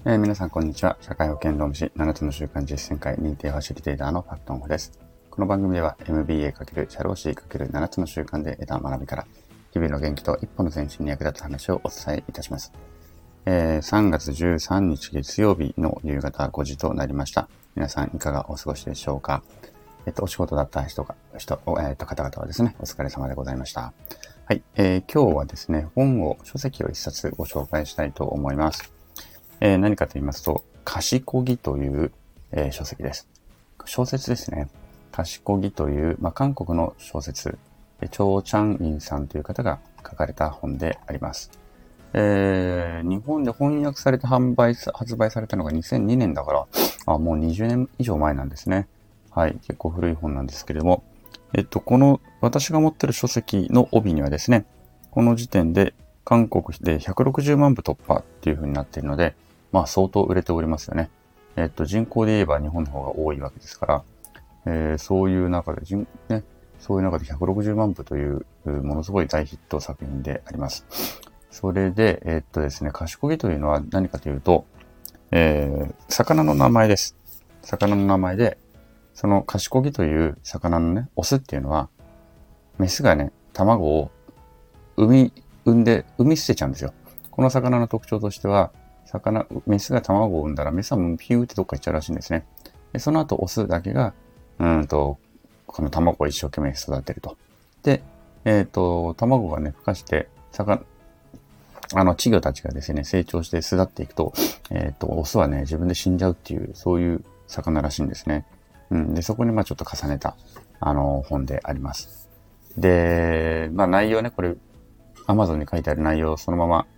皆さんこんにちは。社会保険労務士7つの習慣実践会認定ファシリテーターのパクトンホです。この番組では MBA× 社労士 ×7 つの習慣で得た学びから日々の元気と一歩の前進に役立つ話をお伝えいたします。3月13日月曜日の夕方5時となりました。皆さんいかがお過ごしでしょうか。お仕事だった方々はですね、お疲れ様でございました。はい、今日はですね、書籍を一冊ご紹介したいと思います。何かと言いますと、賢木という、書籍です。小説ですね。賢木という、韓国の小説、チョウ・チャンインさんという方が書かれた本であります。日本で翻訳されて発売されたのが2002年だから、もう20年以上前なんですね。はい、結構古い本なんですけれども、この私が持っている書籍の帯にはですね、この時点で韓国で160万部突破っていう風になっているので、相当売れておりますよね。人口で言えば日本の方が多いわけですから、そういう中で160万部というものすごい大ヒット作品であります。それで、ですね、賢木というのは何かというと、魚の名前です。魚の名前で、その賢木という魚のね、オスっていうのは、メスがね、卵を産んで、産み捨てちゃうんですよ。この魚の特徴としては、メスが卵を産んだら、メスはもうピューってどっか行っちゃうらしいんですね。でその後、オスだけが、この卵を一生懸命育てると。で、卵がね、孵化して、稚魚たちがですね、成長して巣立っていくと、オスはね、自分で死んじゃうっていう、そういう魚らしいんですね。で、そこにちょっと重ねた、本であります。で、内容ね、これ、Amazon に書いてある内容をそのまま、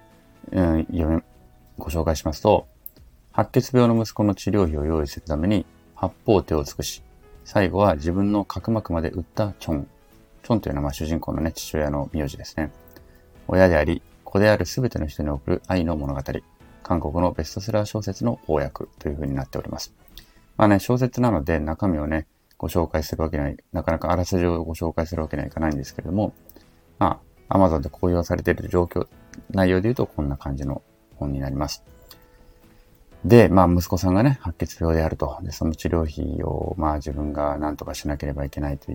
ご紹介しますと、白血病の息子の治療費を用意するために、八方手を尽くし、最後は自分の角膜まで売ったチョン。チョンというのは主人公のね、父親の名字ですね。親であり、子であるすべての人に送る愛の物語。韓国のベストセラー小説の公約という風になっております。小説なので中身をね、ご紹介するわけには、なかなかあらすじをご紹介するわけにはいかないんですけれども、Amazon で公表されている内容で言うとこんな感じの本になります。で、息子さんがね、白血病であると。で、その治療費を、自分が何とかしなければいけないと言って、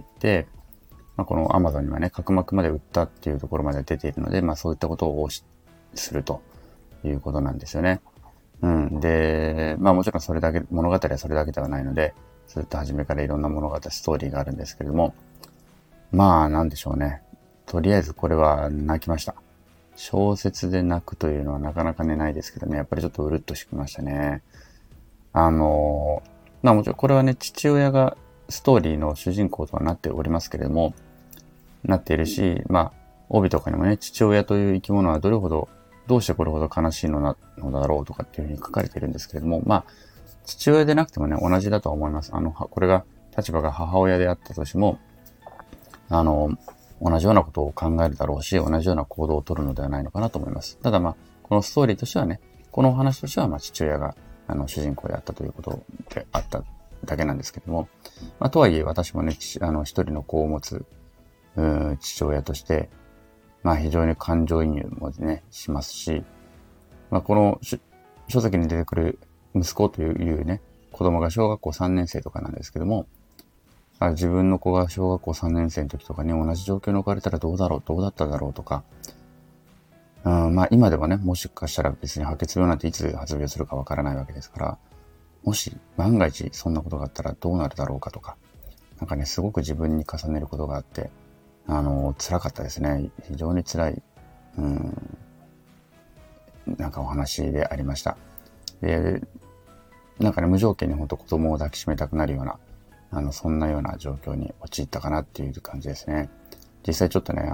この Amazon にはね、角膜まで売ったっていうところまで出ているので、そういったことをするということなんですよね。で、もちろん物語はそれだけではないので、ずっと初めからいろんな物語、ストーリーがあるんですけれども、なんでしょうね。とりあえずこれは泣きました。小説で泣くというのはなかなかないですけどね、やっぱりちょっとうるっとしましたね。もちろんこれはね、父親がストーリーの主人公とはなっておりますけれども、なっているし、帯とかにもね、父親という生き物はどうしてこれほど悲しいのだろうとかっていうふうに書かれているんですけれども、父親でなくてもね、同じだとは思います。これが、立場が母親であったとしても、同じようなことを考えるだろうし、同じような行動をとるのではないのかなと思います。ただこのストーリーとしてはね、このお話としては父親が主人公であったということであっただけなんですけども、とはいえ私もね、一人の子を持つ父親として、非常に感情移入もね、しますし、この書籍に出てくる息子というね、子供が小学校3年生とかなんですけども、自分の子が小学校3年生の時とかに同じ状況に置かれたらどうだっただろうとか、今ではね、もしかしたら別に白血病なんていつ発病するかわからないわけですから、もし万が一そんなことがあったらどうなるだろうかとか、すごく自分に重ねることがあって、辛かったですね。非常に辛い、お話でありました。で、無条件に本当子供を抱きしめたくなるような、そんなような状況に陥ったかなっていう感じですね。実際ちょっとね、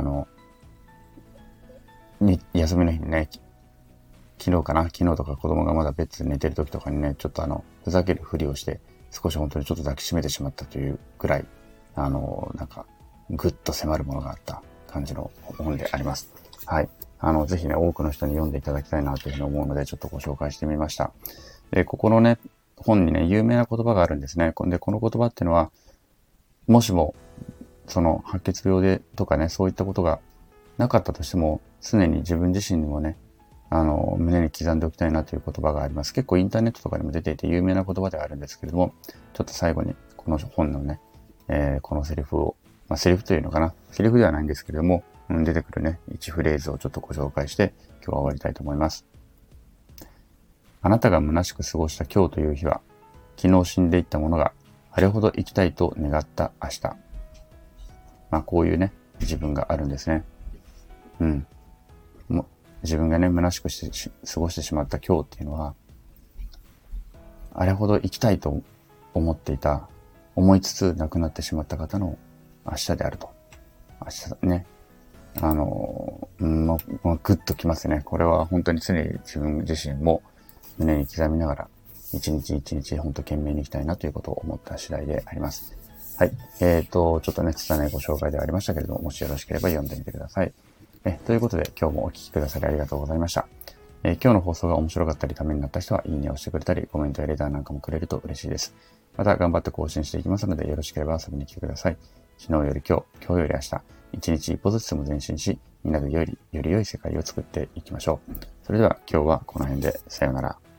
休みの日にね、昨日とか子供がまだベッドで寝てる時とかにね、ちょっとふざけるふりをして、少し本当にちょっと抱きしめてしまったというくらい、ぐっと迫るものがあった感じの本であります。はい。ぜひね、多くの人に読んでいただきたいなというふうに思うので、ちょっとご紹介してみました。で、ここのね、本にね、有名な言葉があるんですね。で、この言葉っていうのは、もしも、その白血病でとかね、そういったことがなかったとしても、常に自分自身にもね、 胸に刻んでおきたいなという言葉があります。結構インターネットとかにも出ていて有名な言葉ではあるんですけれども、ちょっと最後にこの本のね、このセリフを、セリフというのかな、セリフではないんですけれども、出てくるね、1フレーズをちょっとご紹介して今日は終わりたいと思います。あなたが虚しく過ごした今日という日は、昨日死んでいったものがあれほど生きたいと願った明日。こういうね、自分があるんですね。自分がね、虚しくして過ごしてしまった今日っていうのは、あれほど生きたいと思っていた、思いつつ亡くなってしまった方の明日であると。明日ね、グッときますね。これは本当に常に自分自身も胸に刻みながら、一日一日本当懸命に生きたいなということを思った次第であります。はい。ちょっとね、拙いご紹介ではありましたけれども、もしよろしければ読んでみてください。ということで、今日もお聞きくださりありがとうございました。今日の放送が面白かったり、ためになった人は、いいねをしてくれたり、コメントやレターなんかもくれると嬉しいです。また、頑張って更新していきますので、よろしければ遊びに来てください。昨日より今日、今日より明日、一日一歩ずつでも前進し、みんなでより良い世界を作っていきましょう。それでは、今日はこの辺で、さようなら。